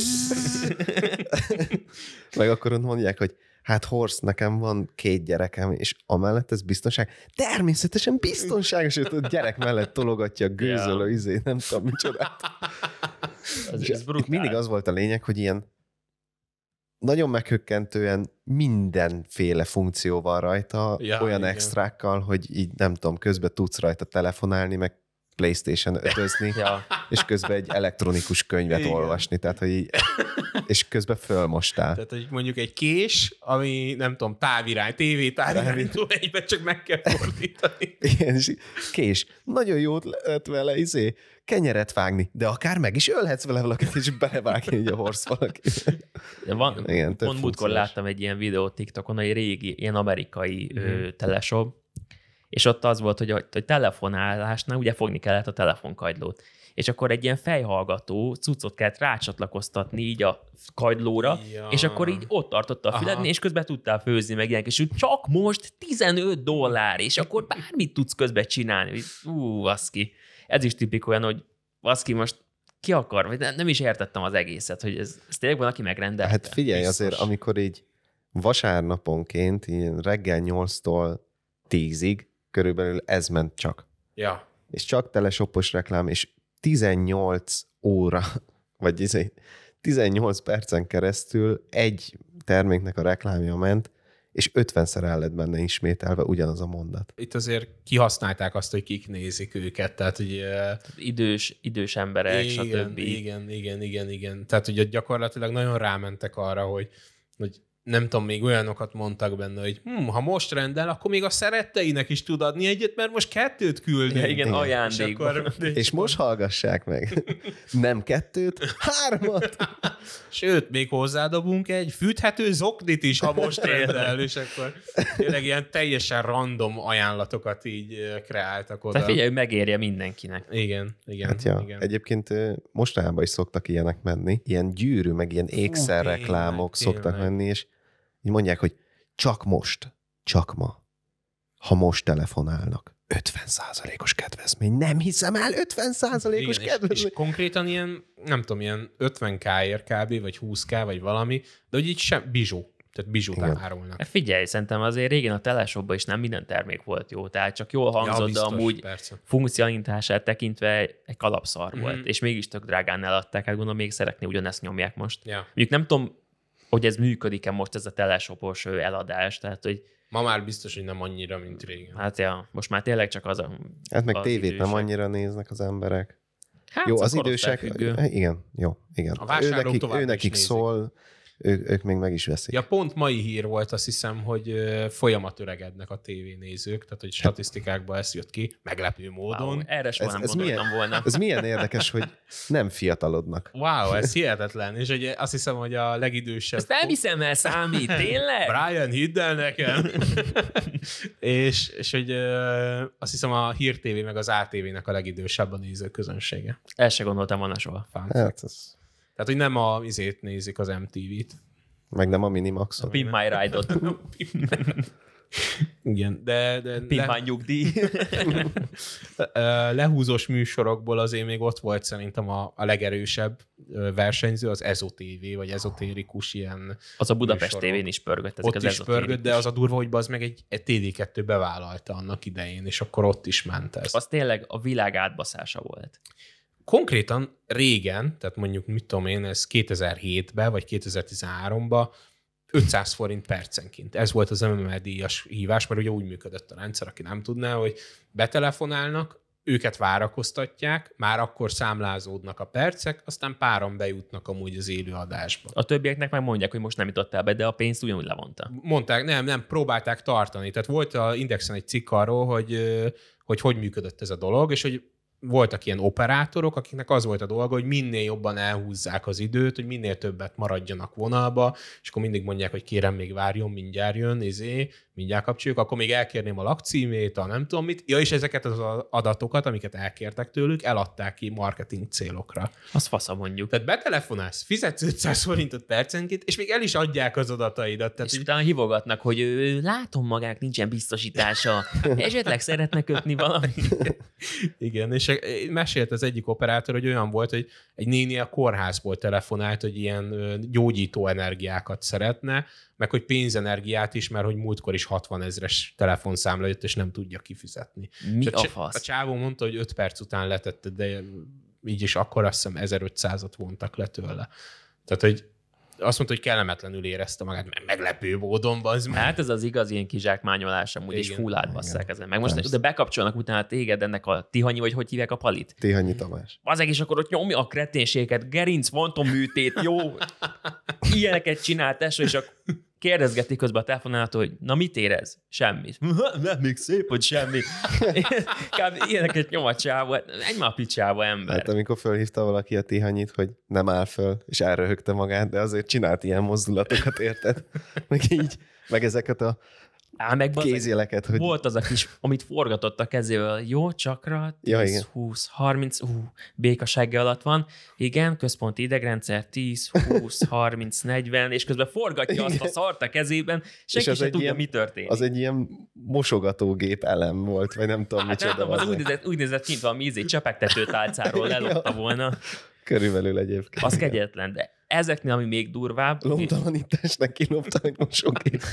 Meg akkor ott mondják, hogy hát Horst, nekem van két gyerekem, és amellett ez biztonság? Természetesen biztonságos, hogy a gyerek mellett tologatja a gőzölő, Ja. izé, nem tudom micsoda. Ez, És ez itt brutál. mindig az volt a lényeg, hogy ilyen nagyon meghökkentően mindenféle funkció van rajta, Ja, olyan igen. extrákkal, hogy így nem tudom, közben tudsz rajta telefonálni, meg PlayStation ötözni. Ja. és közben egy elektronikus könyvet Igen. olvasni, tehát hogy így, és közben fölmostál. Tehát, hogy mondjuk egy kés, ami nem tudom, távirány, tévé távirányító egyben csak meg kell fordítani. Igen, és kés. Nagyon jót lehet vele izé, kenyeret vágni, de akár meg is ölhetsz vele valakit, és belevágni így a horsz valaki. De van, Igen, több pont múltkor funkciós. láttam egy ilyen videót TikTokon, egy régi, ilyen amerikai mm. ö, teleshop, és ott az volt, hogy a, hogy telefonálásnál ugye fogni kellett a telefonkagylót. És akkor egy ilyen fejhallgató cuccot kellett rácsatlakoztatni így a kagylóra, Ja. és akkor így ott tartotta a füledni, Aha. és közben tudtál főzni meg ilyenek, és úgy csak most tizenöt dollár, és akkor bármit tudsz közben csinálni. Ú, baszki. Ez is tipik olyan, hogy baszki most ki akar, vagy nem, nem is értettem az egészet, hogy ez, ez tényleg van, aki megrendelte. Hát figyelj, biztos. azért, amikor így vasárnaponként, ilyen reggel nyolctól tízig körülbelül ez ment csak. Ja. És csak teleshopos reklám, és tizennyolc óra, vagy izé, tizennyolc percen keresztül egy terméknek a reklámja ment, és ötvenszer el lett benne ismételve ugyanaz a mondat. Itt azért kihasználták azt, hogy kik nézik őket, tehát hogy... Idős, idős emberek, igen, stb. igen, igen, igen, igen. Tehát ugye gyakorlatilag nagyon rámentek arra, hogy, hogy nem tudom, még olyanokat mondtak benne, hogy hm, ha most rendel, akkor még a szeretteinek is tud adni egyet, mert most kettőt küldünk. Ja, igen, Igen. ajándékban. És, akkor, És most hallgassák meg. Nem kettőt, hármat. Sőt, még hozzádobunk egy fűthető zoknit is, ha most rendel, és akkor tényleg ilyen teljesen random ajánlatokat így ö, kreáltak oda. Tehát figyelj, megérje mindenkinek. Igen, igen, Hát ja, igen. egyébként ö, mostanában is szoktak ilyenek menni. Ilyen gyűrű, meg ilyen ékszerreklámok tényleg, szoktak tényleg. menni, és így mondják, hogy csak most, csak ma, ha most telefonálnak, ötven százalékos kedvezmény. Nem hiszem el, ötven százalékos Igen, és, kedvezmény. és konkrétan ilyen, nem tudom, ilyen ötven ká-ért kb. Vagy húsz ká, vagy valami, de hogy így sem, bizsó. Tehát bizsút Igen. árulnak. Hát figyelj, szerintem azért régen a teleshopban is nem minden termék volt jó, tehát csak jól hangzott, Ja, de biztos, amúgy persze. funkcionalitását tekintve egy kalapszar Mhm. volt, és mégis tök drágán eladták, hát gondolom még szeretné ugyanezt nyomják most. Ja. Mondjuk nem tudom, hogy ez működik-e most ez a teleshopos ö, eladás, tehát hogy Ma már biztos, hogy nem annyira, mint régen. hát ja, most már tényleg csak az a... Hát meg az tévét nem idősek. annyira néznek az emberek. Hát Jó, ez az a idősek, korosztályfüggő. igen, jó, igen. A vásárlók ő nekik, tovább ő is nekik nézik. szól, ő, ők még meg is veszik. Ja, pont mai hír volt, azt hiszem, hogy ö, folyamat öregednek a tévénézők, tehát hogy statisztikákban ez jött ki, meglepő módon. Wow, erre soha Ez- nem ez gondoltam milyen- volna. Ez milyen érdekes, hogy nem fiatalodnak. Wow, ez hihetetlen. És hogy azt hiszem, hogy a legidősebb... Ezt nem hiszem el számít, tényleg? Brian, hidd el nekem! és, és hogy ö, azt hiszem a Hír té vé meg az á té vé-nek a legidősebb a néző közönsége. Ezt se gondoltam volna soha. Fun Hát, fact. ez, Tehát, hogy nem a izét nézik az em té vét. meg nem a Minimaxot. Pimp my ride-ot. Igen, de... de Pimp my nyugdíj. Ö, lehúzós műsorokból azért még ott volt szerintem a, a legerősebb ö, versenyző, az Ezo té vé, vagy ezotérikus ilyen Az a Budapest műsorok. tévén is pörgött. Ezek ott az is ezotérikus. pörgött, de az a durva, hogy az meg egy, egy té vé kettő bevállalta annak idején, és akkor ott is ment ez. Az tényleg a világ átbaszása volt. Konkrétan régen, tehát mondjuk mit tudom én, ez kétezer-hétben vagy kétezer-tizenháromban ötszáz forint percenként. Ez volt az em em e díjas hívás, mert ugye úgy működött a rendszer, aki nem tudná, hogy betelefonálnak, őket várakoztatják, már akkor számlázódnak a percek, aztán páran bejutnak amúgy az élő adásba. A többieknek meg mondják, hogy most nem jutottál be, de a pénzt ugyanúgy levonta. Mondták, nem, nem, próbálták tartani. Tehát volt a Indexen egy cikk arról, hogy ö, hogy, hogy működött ez a dolog, és hogy voltak ilyen operátorok, akiknek az volt a dolga, hogy minél jobban elhúzzák az időt, hogy minél többet maradjanak vonalba, és akkor mindig mondják, hogy kérem, még várjon, mindjárt jön, izé, mindjárt kapcsoljuk, akkor még elkérném a lakcímét, a nem tudom mit. Ja, és ezeket az adatokat, amiket elkértek tőlük, eladták ki marketing célokra. Az fasza mondjuk. Tehát betelefonálsz, fizetsz ötszáz forintot percenként, és még el is adják az adataidat. Tehát És így- utána hívogatnak, hogy ő, látom magának nincsen biztosítása, esetleg szeretne kötni valamit. Igen, és mesélt az egyik operátor, hogy olyan volt, hogy egy néni a kórházból telefonált, hogy ilyen ö, gyógyító energiákat szeretne, meg hogy pénzenergiát is, mert hogy múltkor is hatvan ezres telefonszámla jött, és nem tudja kifizetni. Mi És a csa- fasz? A csávó mondta, hogy öt perc után letette, de így is akkor azt hiszem ezerötszázat vontak le tőle. Tehát, hogy azt mondta, hogy kellemetlenül érezte magát, meg meglepő módon, az meg. Hát ez az igaz ilyen kizsákmányolás amúgy, és full átbasszák ezen. Meg most de bekapcsolnak utána téged ennek a Tihanyi, vagy hogy hívják a Palit? Tihanyi Tamás. Azek is akkor ott nyomja a kreténséget, gerinc, fantomműtét, jó, ilyeneket csinált tesó, és akkor kérdezgetik közben a telefonáltól, hogy na mit érez? Semmit. Nem, még szép, hogy semmi. Kb. Ilyeneket nyom a csávó. Egy már picsába ember. Hát amikor fölhívta valaki a Tihanyit, hogy nem áll föl, és elröhögte magát, de azért csinált ilyen mozdulatokat, érted? Meg így, meg ezeket a Á, meg kézjeleket, hogy... Volt az a kis, amit forgatott a kezével. Jó, csakra, Ja, tíz, húsz, harminc, ú, béka segge alatt van. Igen, központi idegrendszer, tíz, húsz, harminc, negyven, és közben forgatja igen. azt a szart a kezében, senki sem tudja, ilyen, mi történik. Az egy ilyen mosogatógép elem volt, vagy nem tudom, hát, micsoda. Nem, az úgy nézett, úgy nézett kint valami ízét, csepegtető tálcáról lelopta volna. Körülbelül egyébként. Az kegyetlen, de ezeknél, ami még durvább... Lomtalanításnak kilopta, hogy mosógép.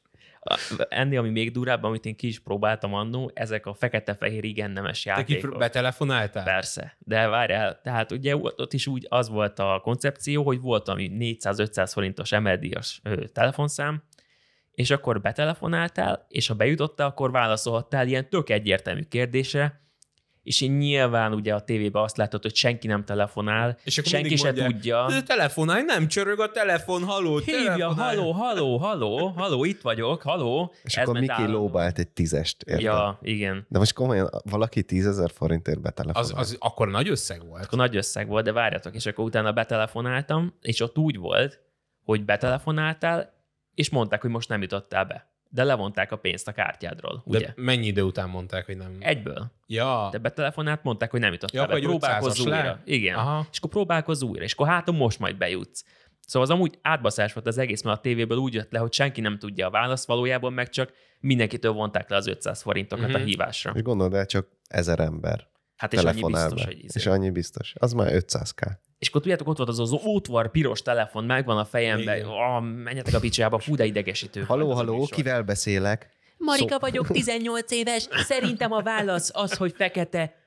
Ennél, ami még durvább, amit én ki is próbáltam annó, ezek a fekete-fehér igen nemes játékok. Te ki betelefonáltál? Persze, de várjál, tehát ugye ott is úgy az volt a koncepció, hogy volt ami négyszáz-ötszáz forintos emeldíjas telefonszám, és akkor betelefonáltál, és ha bejutottál, akkor válaszolhattál ilyen tök egyértelmű kérdésre, és én nyilván ugye a tévében azt látod, hogy senki nem telefonál, és senki se mondják, tudja. Telefonálj, nem csörög a telefon, haló, hívja, haló, haló, haló, haló, itt vagyok, haló. És ez akkor Miki állandó. Lóbált egy tízest, érted? Ja, igen. De most komolyan valaki tízezer forintért betelefonál. Az, az akkor nagy összeg volt. Akkor nagy összeg volt, de várjatok, és akkor utána betelefonáltam, és ott úgy volt, hogy betelefonáltál, és mondták, hogy most nem jutottál be. De levonták a pénzt a kártyádról, ugye? De mennyi idő után mondták, hogy nem? Egyből. Ja. De betelefonált, mondták, hogy nem jutottál ja, be. Próbálkozz újra. Le? Igen. Aha. És akkor próbálkozz újra. És akkor hát most majd bejutsz. Szóval az amúgy átbaszás volt az egész, mert a tévéből úgy jött le, hogy senki nem tudja a választ, valójában meg csak mindenkitől vonták le az ötszáz forintokat mm-hmm. a hívásra. És gondold el, csak ezer ember. Hát és annyi biztos, be. hogy ízé. És annyi biztos. Az már ötszázk. És akkor tudjátok, ott volt az az ótvar piros telefon, megvan a fejemben, oh, menjetek a picsába, fú, de idegesítő. Haló, haló, kivel beszélek? Marika Szó... vagyok, tizennyolc éves, szerintem a válasz az, hogy fekete.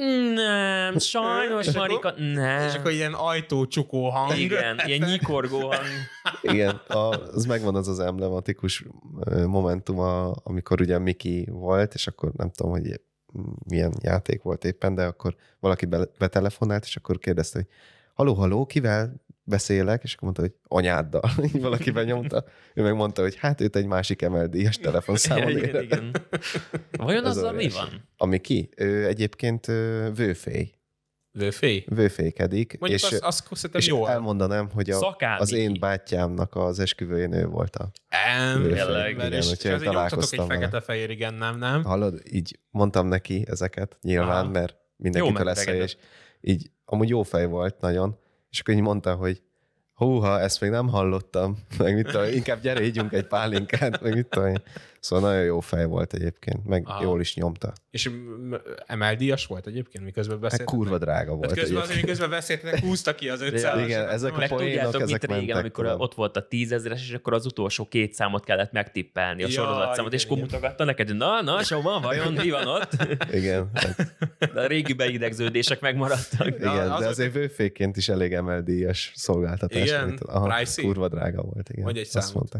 Nem, sajnos, Marika, nem. És akkor ilyen ajtócsukó hang. Igen, ilyen nyikorgó hang. Igen, az megvan az az emblematikus momentum, amikor ugye Miki volt, és akkor nem tudom, hogy milyen játék volt éppen, de akkor valaki betelefonált, és akkor kérdezte, hogy haló, haló, kivel beszélek? És akkor mondta, hogy anyáddal. Így valaki benyomta. Ő meg mondta, hogy hát őt egy másik emeldíjas telefonszámon igen, igen, igen. Vajon azzal mi van? Ami ki? Ő egyébként vőfély. Vőfély? Vőfékedik. Mondjuk és, azt, azt és jó. elmondanám, hogy a, az én bátyámnak az esküvőjén ő volt a vőfély. Igen, és azért nyomtatok egy fekete-fehér, igen, nem, nem? Hallod, így mondtam neki ezeket nyilván, ah. mert mindenkitől lesz, és így amúgy jó fej volt nagyon, és akkor így mondta, hogy húha, ezt még nem hallottam, meg mit tudom, inkább gyere, ígyunk egy pálinkát, meg mit tudom. Szóval nagyon jó fej volt egyébként, meg aha. jól is nyomta. És emeldíjas volt egyébként, miközben beszéltek? Hát kurva drága volt. Hát közben azért, miközben beszéltek, húzta ki az ötszáz. Igen, ezek a poénok, ezek régen, mentek, amikor tudom. Ott volt a tízezeres, és akkor az utolsó két számot kellett megtippelni, a ja, sorozatszámot, és akkor mutogatta neked, na, na, Soma, vajon mi van ott? Igen. De a régi beidegződések megmaradtak. Igen, de azért vőfékként is elég emeldíjas szolgáltatás. Igen, aha, kurva drága volt, igen. Vagy egy számot.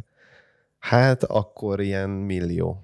Hát akkor ilyen millió.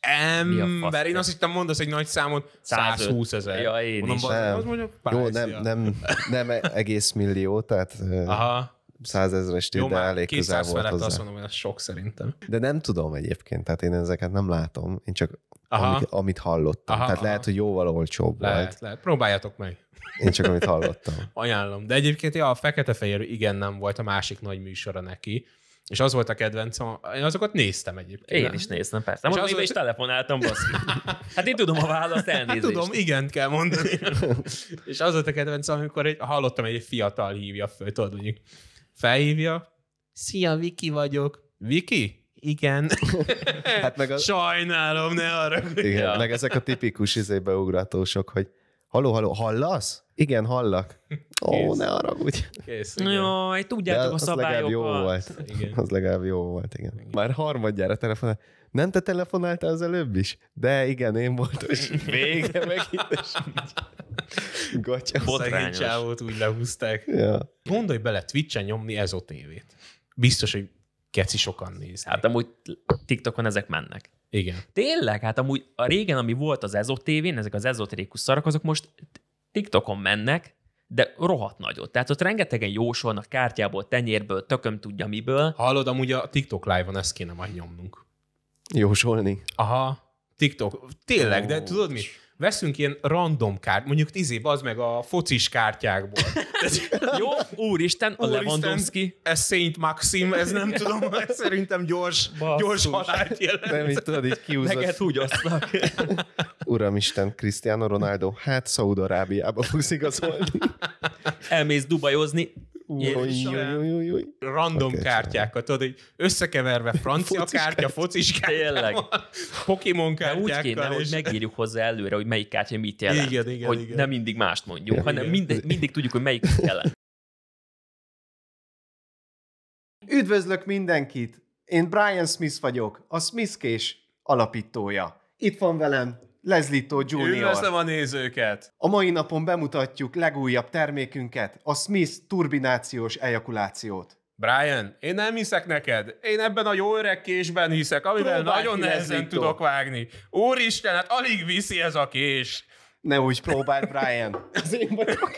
Ember, én azt hittem mondasz egy nagy számot, százhúsz ezer. Ja, én Mondom, is. Nem. Az mondjuk jó, nem, nem, nem egész millió, tehát százezres, de elég közel volt hozzá. Azt mondom, hogy ez sok szerintem. De nem tudom egyébként, tehát én ezeket nem látom, én csak amit, amit hallottam. Aha, tehát aha. lehet, hogy jóval olcsóbb lehet, volt. Lehet, próbáljátok meg. Én csak amit hallottam. Ajánlom. De egyébként ja, a Fekete-fehér igen nem volt a másik nagy műsora neki. És az volt a kedvencem, én azokat néztem egyébként. Én nem? is néztem, persze. Most az... is telefonáltam, baszki. Hát én tudom a választ, elnézést. Hát tudom, igent kell mondani. És az volt a kedvencem, amikor egy, hallottam, egy fiatal hívja föl, tudod, mondjuk felhívja. Szia, Viki vagyok. Viki? Igen. Hát meg a... Sajnálom, ne arra. Igen, ja. Meg ezek a tipikus izébeugratósok, hogy haló, haló, hallasz? Igen, hallak. Ó, ne haragudj. Kész, jaj, tudjátok a szabályokat. Jó volt. Igen. Az legalább jó volt, igen. igen. Már harmadjára telefonál. Nem te telefonáltál az előbb is? De igen, én voltam, és vége megint. Gatya. Botrányos. Csávót úgy lehúzták. Ja. Gondolj bele Twitch-en nyomni Ezo té vét. biztos, hogy keci sokan néznek. Hát amúgy TikTokon ezek mennek. Igen. Tényleg? Hát amúgy a régen, ami volt az Ezo té vén, ezek az ezotérikus szarak, azok most TikTokon mennek, de rohadt nagyot. Tehát ott rengetegen jósolnak kártyából, tenyérből, tököm tudja miből. Hallod, amúgy a TikTok live-on ezt kéne majd nyomnunk. Jósolni. Aha, TikTok. Tényleg, de Ó. tudod mi? Veszünk ilyen random kárt, mondjuk tíz év az meg a focis kártyákból. Jó, úristen, a Úristen, Lewandowski. Ez Saint Maxim, ez nem tudom, ez szerintem gyors, gyors halált jelent. Nem, így tudod, így kiúzott. Neked húgyoztak. Uramisten, Cristiano Ronaldo, hát Szaúd-Arábiába fogsz igazolni. Elmész dubajozni. Új, új, új, új, új. Random Okay, kártyákat, tudod, hogy összekeverve francia Focis kártya, focis Tényleg. kártya, Pokémon De úgy kéne, kártyákkal. hogy megírjuk hozzá előre, hogy melyik kártya mit jelent. Igen, igen, hogy igen. nem mindig mást mondjuk, Igen, hanem igen. mindig, mindig tudjuk, hogy melyik jelent. Üdvözlök mindenkit! Én Brian Smith vagyok, a Smith-kés alapítója. Itt van velem Leslie-tó junior Üdvözlöm a nézőket! A mai napon bemutatjuk legújabb termékünket, a Smith turbinációs ejakulációt. Brian, én nem hiszek neked. Én ebben a jó öreg késben hiszek, amivel Próbálj nagyon ki, nehezen Leslie-tó. tudok vágni. Úristen, hát alig viszi ez a kés. Ne úgy próbáld, Brian! Az én vagyok.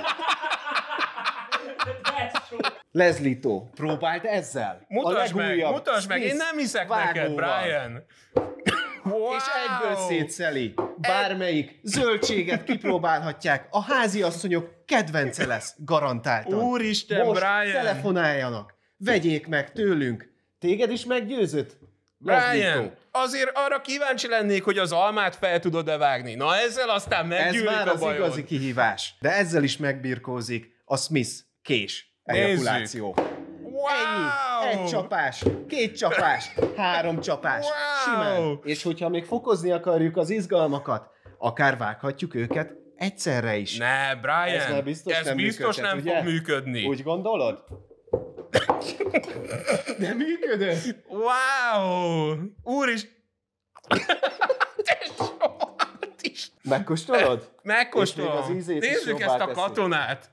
Leslie-tó, próbáld ezzel! Mutasd a meg, legújabb mutasd meg, én Smith nem hiszek neked, vágóval. Brian. Wow. És egyből szétszeli. Bármelyik zöldséget kipróbálhatják. A háziasszonyok kedvence lesz, garantáltan. Úristen, Most Brian. telefonáljanak. Vegyék meg tőlünk. Téged is meggyőzött? Brian, Leslie-tó. azért arra kíváncsi lennék, hogy az almát fel tudod-e vágni. Na ezzel aztán Ez meggyűlik már a az bajod. igazi kihívás. De ezzel is megbirkózik a Smith kés ejakuláció. Wow. Ennyi. Egy csapás, két csapás, három csapás. Wow. Simán. És hogyha még fokozni akarjuk az izgalmakat, akár vághatjuk őket egyszerre is. Ne, Brian, Ez már biztos ez nem biztos működhet, nem ugye? fog működni. Úgy gondolod? De működött. Wow! Úr is... Te sohat is. Megkóstolod? Megkóstolom. És még az ízét is Nézzük jobbá ezt a teszi. katonát.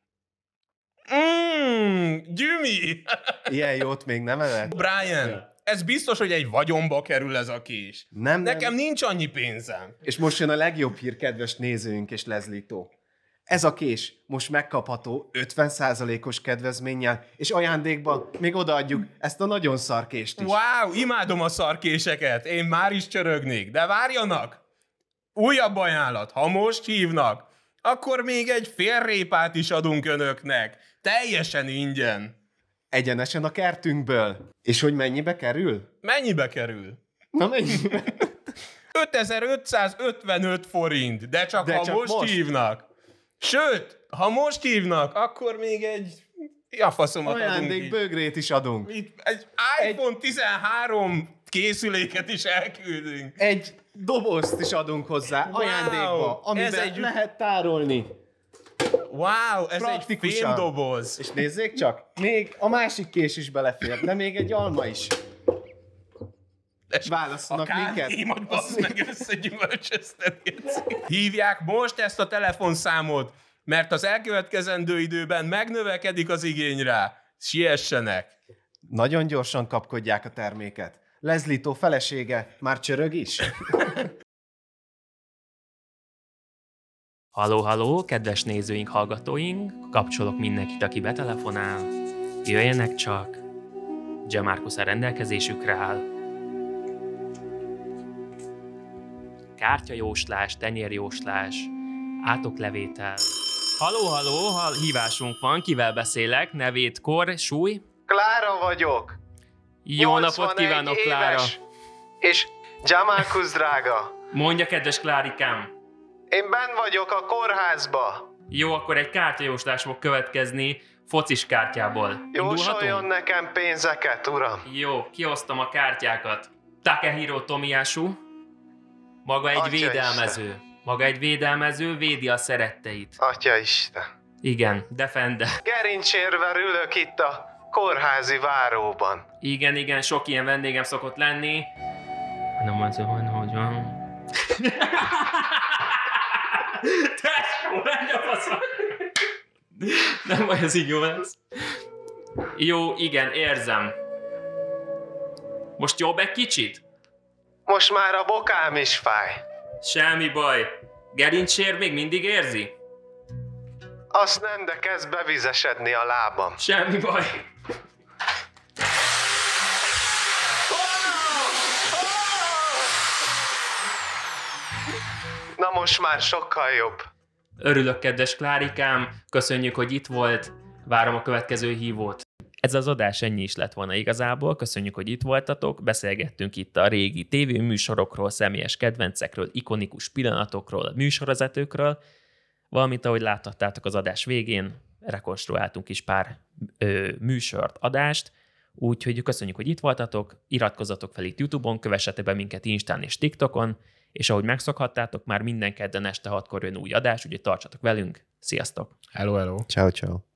Mmm, gyümi! Ilyen jót még nem evett? Brian, ez biztos, hogy egy vagyonba kerül ez a kés. Nem, nem. Nekem nincs annyi pénzem. És most jön a legjobb hír, kedves nézőink és Leslie-tó. Ez a kés most megkapható ötven százalékos kedvezménnyel, és ajándékba még odaadjuk ezt a nagyon szar kést is. Wow, imádom a szarkéseket. Én már is csörögnék, de várjanak! Újabb ajánlat, ha most hívnak, akkor még egy fél répát is adunk önöknek. Teljesen ingyen. Egyenesen a kertünkből. És hogy mennyibe kerül? Mennyibe kerül? Na mennyibe? ötezer-ötszázötvenöt forint, de csak De ha csak most, most. hívnak. Sőt, ha most hívnak, akkor még egy jafaszomat adunk Ajándék itt. bögrét is adunk. Itt egy iPhone tizenhárom készüléket is elküldünk. Egy dobozt is adunk hozzá Wow, ajándékba, amiben ez egy- lehet tárolni. Wow, ez egy Praktikusan. fémdoboz. És nézzék csak, még a másik kés is belefér, de még egy alma is. Válasszanak a minket. kártyáimat bassz meg összegyümölcsözteni. Hívják most ezt a telefonszámot, mert az elkövetkezendő időben megnövekedik az igény rá. Siessenek. Nagyon gyorsan kapkodják a terméket. Leslie-tó felesége már csörög is? Halló, halló, kedves nézőink, hallgatóink, kapcsolok mindenkit, aki betelefonál. Jöjjenek csak, Gianmarcus a rendelkezésükre áll. Kártyajóslás, tenyérjóslás, átoklevétel. Halló, halló, hall, hívásunk van, kivel beszélek, nevét, kor, súly? Klára vagyok. Jó napot kívánok, Klára! És Gianmarcus drága, Mondja, kedves Klárikám! én benn vagyok a kórházba. Jó, akkor egy kártyajóslás fog következni focis kártyából. Indulhatunk? nekem pénzeket, uram. Jó, kiosztom a kártyákat. Takehiro Tomiyasu, maga egy Atya védelmező. Maga egy védelmező, védi a szeretteit. Atya Isten. Igen, defende. Gerincsérvel ülök itt a kórházi váróban. Igen, igen, sok ilyen vendégem szokott lenni. Nem az van, hogy van. Tesó, menj a faszom! Nem baj, az így jó lesz. Jó, igen, érzem. Most jobb egy kicsit? Most már a bokám is fáj. Semmi baj. Gerincsér még mindig érzi? Azt nem, de kezd bevizesedni a lábam. Semmi baj. Na most már sokkal jobb. Örülök, kedves Klárikám, köszönjük, hogy itt volt, várom a következő hívót. Ez az adás ennyi is lett volna igazából, köszönjük, hogy itt voltatok, beszélgettünk itt a régi tévéműsorokról, személyes kedvencekről, ikonikus pillanatokról, műsorvezetőkről, valamint ahogy láthattátok az adás végén, rekonstruáltunk is pár ö, műsort, adást, úgyhogy köszönjük, hogy itt voltatok, iratkozzatok fel itt YouTube-on, kövessetek be minket Instán és TikTokon, és ahogy megszokhattátok, már minden kedden este hatkor jön új adás, úgyhogy tartsatok velünk, sziasztok! Hello, hello! Ciao, ciao.